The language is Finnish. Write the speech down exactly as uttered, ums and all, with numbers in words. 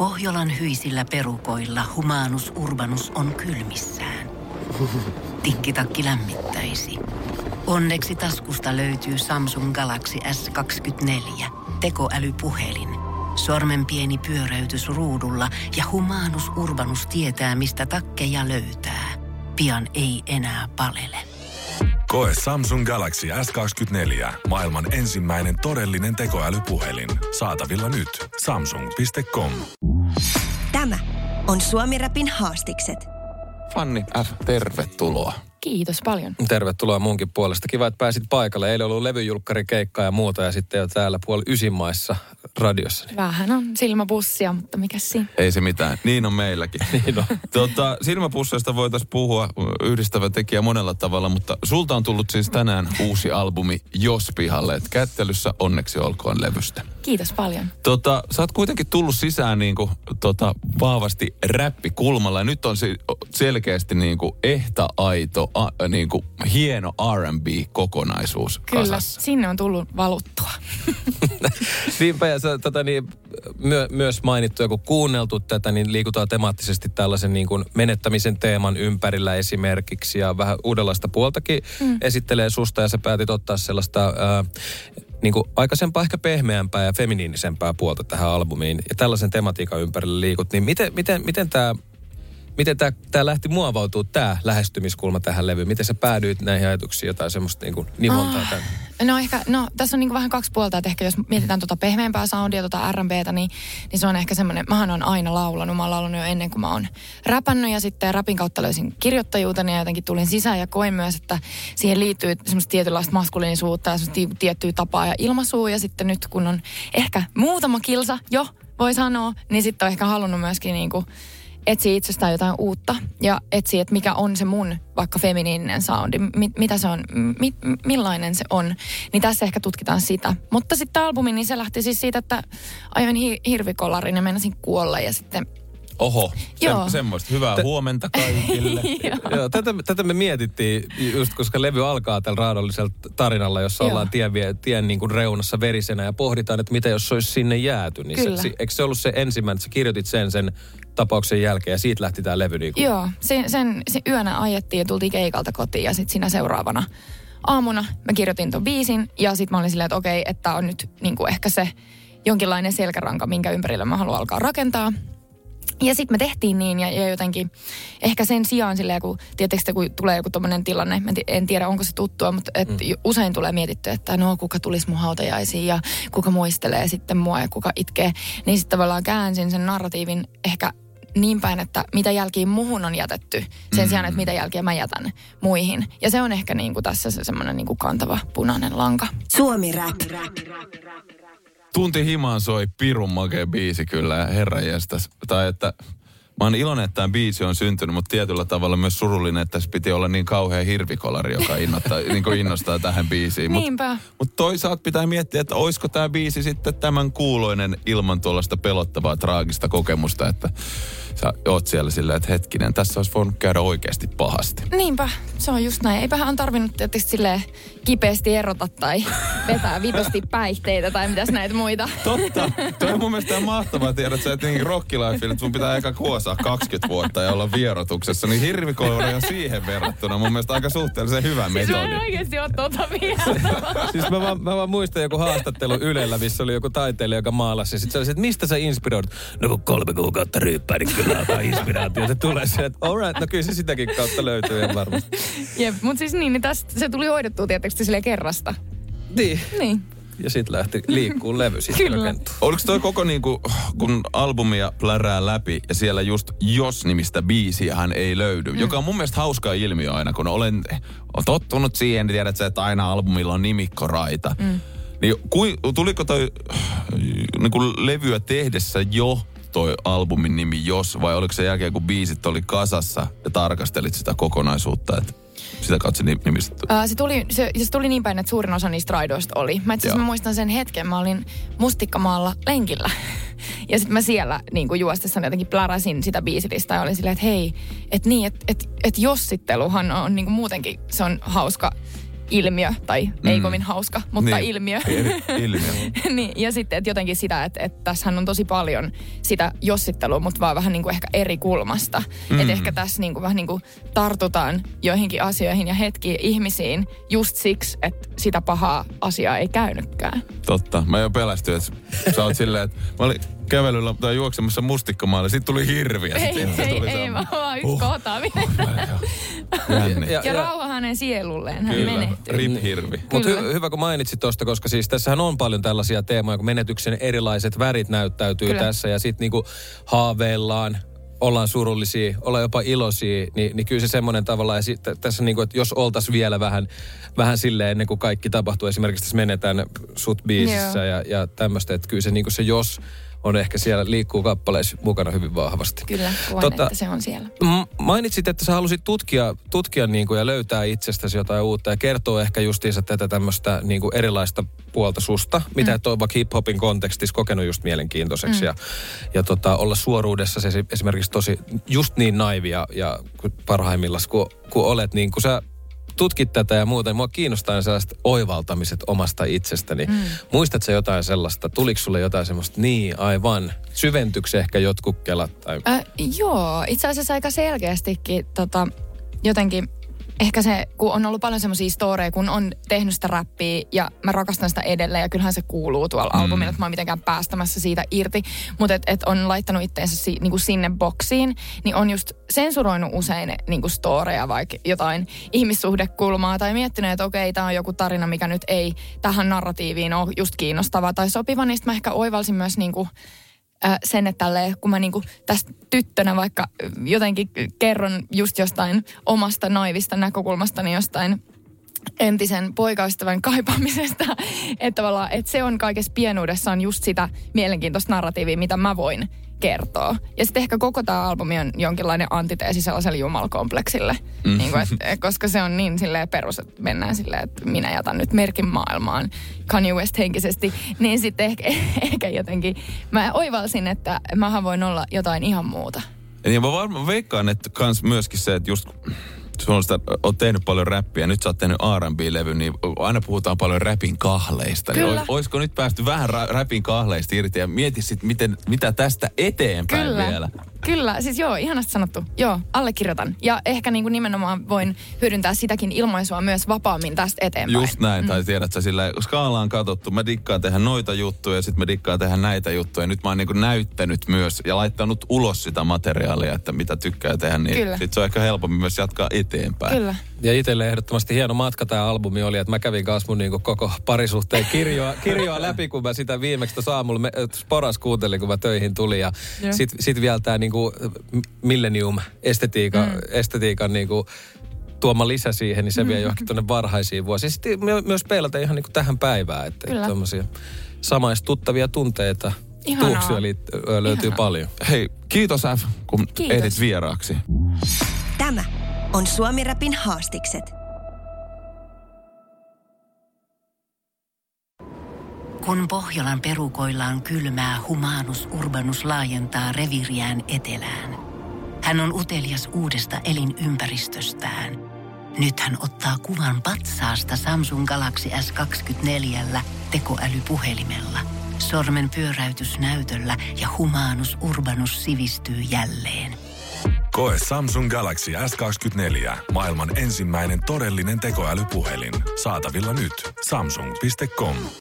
Pohjolan hyisillä perukoilla Humanus Urbanus on kylmissään. Tikkitakki lämmittäisi. Onneksi taskusta löytyy Samsung Galaxy S kaksikymmentäneljä, tekoälypuhelin. Sormen pieni pyöräytys ruudulla ja Humanus Urbanus tietää, mistä takkeja löytää. Pian ei enää palele. Koe Samsung Galaxy S kaksikymmentäneljä, maailman ensimmäinen todellinen tekoälypuhelin. Saatavilla nyt. samsung piste com. Tämä on Suomi Rapin haastikset. Fanni F, tervetuloa. Kiitos paljon. Tervetuloa munkin puolesta. Kiva, että pääsit paikalle. Eilen on ollut levyjulkkarikeikkaa ja muuta ja sitten jo täällä puoli ysimaissa radiossa. Vähän on silmäpussia, mutta mikä siinä? Ei se mitään. Niin on meilläkin. niin on. Tota, silmäpusseista voitaisiin puhua yhdistävä tekijä monella tavalla, mutta sulta on tullut siis tänään uusi albumi Jos pihalle. Et kättelyssä onneksi olkoon levystä. Kiitos paljon. Tota, sä oot kuitenkin tullut sisään niinku, tota, vahvasti räppikulmalla ja nyt on se selkeästi niinku ehta, aito, a, niinku, hieno R and B-kokonaisuus Kyllä, kasassa. sinne on tullut valuttua. Niinpä ja sä, tota, niin, myö, myös mainittu ja kun kuunneltu tätä, niin liikutaan temaattisesti tällaisen niin kuin menettämisen teeman ympärillä esimerkiksi ja vähän uudenlaista puoltakin mm. esittelee susta ja sä päätit ottaa sellaista Ää, niin kuin aikaisempaa ehkä pehmeämpää ja feminiinisempää puolta tähän albumiin ja tällaisen tematiikan ympärillä liikut, niin miten, miten, miten tämä miten tämä, tämä lähti muovautua, tämä lähestymiskulma tähän levyyn? Miten sä päädyit näihin ajatuksiin jotain semmoista niin kuin nivontaa tämän? Oh, no ehkä, no tässä on niin kuin vähän kaksi puolta, että ehkä jos mietitään tuota pehmeämpää soundia, tuota R and B:tä, niin, niin se on ehkä semmoinen, mähän on aina laulanut, mä oon laulanut jo ennen kuin mä oon räpännyt ja sitten rapin kautta löysin kirjoittajuuteni ja jotenkin tulin sisään ja koin myös, että siihen liittyy semmoista tietynlaista maskuliinisuutta ja semmoista tiettyä tapaa ja ilmaisua ja sitten nyt kun on ehkä muutama kilsa jo, voi sanoa, niin sitten on ehkä halunnut myöskin niin kuin etsii itsestään jotain uutta ja etsii, että mikä on se mun vaikka feminiininen soundi, mit, mitä se on, mit, millainen se on. Niin tässä ehkä tutkitaan sitä. Mutta sitten albumi, niin se lähti siis siitä, että ajoin hi, hirvikolarin ja meinasin kuolla ja sitten... Oho, Joo. Se, semmoista. Hyvää T- huomenta kaikille. Joo. Joo, tätä, tätä me mietittiin just, koska levy alkaa tällä raadollisella tarinalla, jossa ollaan tien, tien niin kuin reunassa verisenä ja pohditaan, että mitä jos se olisi sinne jääty. Niin Kyllä. Se, eikö se ollut se ensimmäinen, että sä kirjoitit sen sen tapauksen jälkeen ja siitä lähti tämä levy? Niin kuin... Joo, sen, sen, sen yönä ajettiin ja tultiin keikalta kotiin ja sitten siinä seuraavana aamuna mä kirjoitin ton biisin ja sitten mä olin silleen, että okei, että tää on nyt niin kuin ehkä se jonkinlainen selkäranka, minkä ympärillä mä haluan alkaa rakentaa. Ja sitten me tehtiin niin ja, ja jotenkin ehkä sen sijaan silleen, kun tietysti kun tulee joku tommoinen tilanne, en tiedä onko se tuttua, mutta et mm. usein tulee mietittyä, että no kuka tulisi mun hautajaisiin ja kuka muistelee sitten mua ja kuka itkee. Niin sitten tavallaan käänsin sen narratiivin ehkä niin päin, että mitä jälkiä muhun on jätetty sen mm. sijaan, että mitä jälkiä mä jätän muihin. Ja se on ehkä niin kuin tässä se semmoinen niin kuin kantava punainen lanka. Suomi Rap. Tunti himaan soi pirun makea biisi kyllä, herranjestas. Tai että mä oon iloinen, että tämä biisi on syntynyt, mutta tietyllä tavalla myös surullinen, että tässä piti olla niin kauhea hirvikolari, joka innostaa, niin kuin innostaa tähän biisiin. Niinpä. Mutta mut toisaalta pitää miettiä, että olisiko tämä biisi sitten tämän kuuloinen ilman tuollaista pelottavaa, traagista kokemusta, että sä oot siellä silleen, että hetkinen, tässä olisi voinut käydä oikeasti pahasti. Niinpä, se on just näin. Eipähän on tarvinnut tietysti silleen kipeästi erota tai vetää vitosti päihteitä tai mitäs näitä muita. Totta. Toi on mun mielestä mahtavaa tiedä, että sä et niin rockilifeille, että sun pitää eka kuosaa kaksikymmentä vuotta ja olla vierotuksessa. Niin hirvikolari on siihen verrattuna mun mielestä aika suhteellisen hyvä metodi. Siis mä en oikeasti ole tuota mieltä. Siis mä vaan, mä vaan muistan joku haastattelu Ylellä, missä oli joku taiteilija, joka maalasi. Sitten se oli, että mistä sä inspiroidut? No kun kolme kuukautta ryyppää, niin kyllä alkaa inspiraatio. Se tulee sieltä, että all right, no kyllä se sitäkin kautta löytyy ihan varmasti. Jep, mutta siis niin, niin tästä se tuli hoidettua tietysti silleen kerrasta. Niin. Niin. Ja sitten lähti liikkuu levy sitten rakentuu. Oliko toi koko niinku, kun albumia plärää läpi ja siellä just Jos-nimistä biisiähän ei löydy, mm. joka on mun mielestä hauska ilmiö aina, kun olen, olen tottunut siihen, niin tiedät sä, että aina albumilla on nimikkoraita. Mm. Niin kui, tuliko toi niinku levyä tehdessä jo toi albumin nimi Jos, vai oliko se jälkeen, kun biisit oli kasassa ja tarkastelit sitä kokonaisuutta, että sitä katsi nimistä? Uh, se, tuli, se, se tuli niin päin, että suurin osa niistä raidoista oli. Mä itse asiassa mä muistan sen hetken, mä olin Mustikkamaalla lenkillä. Ja sitten mä siellä niin kuin juostessani jotenkin pläräsin sitä biisilistaa ja olin silleen, että hei, että niin, että et, et jossitteluhan on niin kuin muutenkin, se on hauska ilmiö, tai mm. ei kovin hauska, mutta niin. ilmiö. ilmiö. niin, ja sitten että jotenkin sitä, että, että tässähän on tosi paljon sitä jossittelua, mutta vaan vähän niin kuin ehkä eri kulmasta. Mm. Että ehkä tässä niin kuin, vähän niin kuin tartutaan joihinkin asioihin ja hetkiin ihmisiin just siksi, että sitä pahaa asiaa ei käynytkään. Totta. Mä jo pelästyin, että sä oot silleen, että mä olin kävelyllä tai juoksemassa mustikkamaalle, sit tuli hirviä. Ei, sit ei, tuli ei, vaan vaan yksi uh. kohtaaminen. Jänni. Ja, ja, ja rauha hänen sielulleen, hän Kyllä, menehtyy. rip hirvi. Mutta hy- hyvä kun mainitsit tuosta, koska siis tässähän on paljon tällaisia teemoja, kun menetyksen erilaiset värit näyttäytyy Kyllä. tässä ja sitten niinku haaveillaan, ollaan surullisia, ollaan jopa iloisia, niin, niin kyllä se semmoinen tavalla, ja sit, tässä niin kuin, että jos oltaisiin vielä vähän, vähän silleen ennen kuin kaikki tapahtuu, esimerkiksi tässä menetään sut biisissä Joo. ja, ja tämmöistä, että kyllä se, niin kuin se jos on ehkä siellä liikkuu kappaleissa mukana hyvin vahvasti. Kyllä, koen, tota, että se on siellä. M- mainitsit, että sä halusit tutkia, tutkia niin kuin ja löytää itsestäsi jotain uutta ja kertoo ehkä justiinsa tätä tämmöistä niin kuin erilaista puolta susta, mitä mm. et ole vaikka hip-hopin kontekstissa kokenut just mielenkiintoiseksi mm. ja, ja tota, olla suoruudessa se esimerkiksi tosi just niin naivia ja parhaimmillaan kun, kun olet, niin kun sä tutkit tätä ja muuta, niin mua kiinnostaa ne sellaiset oivaltamiset omasta itsestäni. Mm. Muistatko sä jotain sellaista? Tuliko sulle jotain semmoista, niin aivan, syventyykö ehkä jotkut kelat? Tai... Äh, joo, itse asiassa aika selkeästikin tota, jotenkin ehkä se, kun on ollut paljon semmoisia storeja, kun on tehnyt sitä räppiä ja mä rakastan sitä edelleen ja kyllähän se kuuluu tuolla mm. albumilla, että mä oon mitenkään päästämässä siitä irti, mutta että et on laittanut itteensä si, niinku sinne boksiin, niin on just sensuroinut usein niinku storeja, vaikka jotain ihmissuhdekulmaa tai miettinyt, että okei, tää on joku tarina, mikä nyt ei tähän narratiiviin ole just kiinnostava tai sopiva, niin mä ehkä oivalsin myös niinku sen, että tälleen, kun mä niinku tästä tyttönä vaikka jotenkin kerron just jostain omasta naivista näkökulmasta, niin jostain entisen poikaystävän kaipaamisesta, että tavallaan, että se on kaikessa pienuudessaan just sitä mielenkiintoista narratiivia, mitä mä voin kertoa. Ja sitten ehkä koko tämä albumi on jonkinlainen antiteesi sellaiselle jumalkompleksille, mm. niin kuin, et, koska se on niin silleen perus, että mennään silleen, että minä jätän nyt merkin maailmaan Kanye West henkisesti, niin sitten ehkä, ehkä jotenkin mä oivalsin, että mähän voin olla jotain ihan muuta. Ja mä varmaan veikkaan, että kans myöskin se, että just sun sitä, oot tehnyt paljon räppiä, nyt sä oot tehnyt R and B-levy, niin aina puhutaan paljon räpin kahleista. Niin ois, oisko nyt päästy vähän ra- räpin kahleista irti ja mieti sit, miten, mitä tästä eteenpäin Kyllä. vielä? Kyllä, siis joo, ihanasti sanottu. Joo, allekirjoitan. Ja ehkä niin kuin nimenomaan voin hyödyntää sitäkin ilmaisua myös vapaammin tästä eteenpäin. Just näin, mm. tai tiedät sä sillä skaalaan katsottu, mä dikkaan tehdä noita juttuja ja sit mä dikkaan tehdä näitä juttuja. Nyt mä oon niin kuin näyttänyt myös ja laittanut ulos sitä materiaalia, että mitä tykkää tehdä, niin Kyllä. sit se on ehkä helpommin myös jatkaa eteenpäin. Kyllä. Ja itselle ehdottomasti hieno matka tämä albumi oli, että mä kävin kanssa mun niinku koko parisuhteen kirjoa, kirjoa läpi, kun mä sitä viimeksi tuossa aamulla me, Sporas kuuntelin, kun mä töihin tulin. Ja yeah. sit, sit vielä tää niinku millennium-estetiikan mm. estetiikan niinku tuoma lisä siihen, niin se vie johonkin tuonne varhaisiin vuosiin. Sitten my, myös peilata ihan niinku tähän päivään, että tommosia samaistuttavia tunteita, tuuksia li, löytyy Ihanaa. paljon. Hei, kiitos F, kun kiitos. ehdit vieraaksi. Tämä on Suomi Rapin haastikset. Kun Pohjolan perukoillaan kylmää, Humanus Urbanus laajentaa reviiriään etelään. Hän on utelias uudesta elinympäristöstään. Nyt hän ottaa kuvan patsaasta Samsung Galaxy S kaksikymmentäneljä tekoälypuhelimella. Sormen pyöräytys näytöllä ja Humanus Urbanus sivistyy jälleen. Koe Samsung Galaxy S kaksikymmentäneljä. Maailman ensimmäinen todellinen tekoälypuhelin. Saatavilla nyt. Samsung piste com.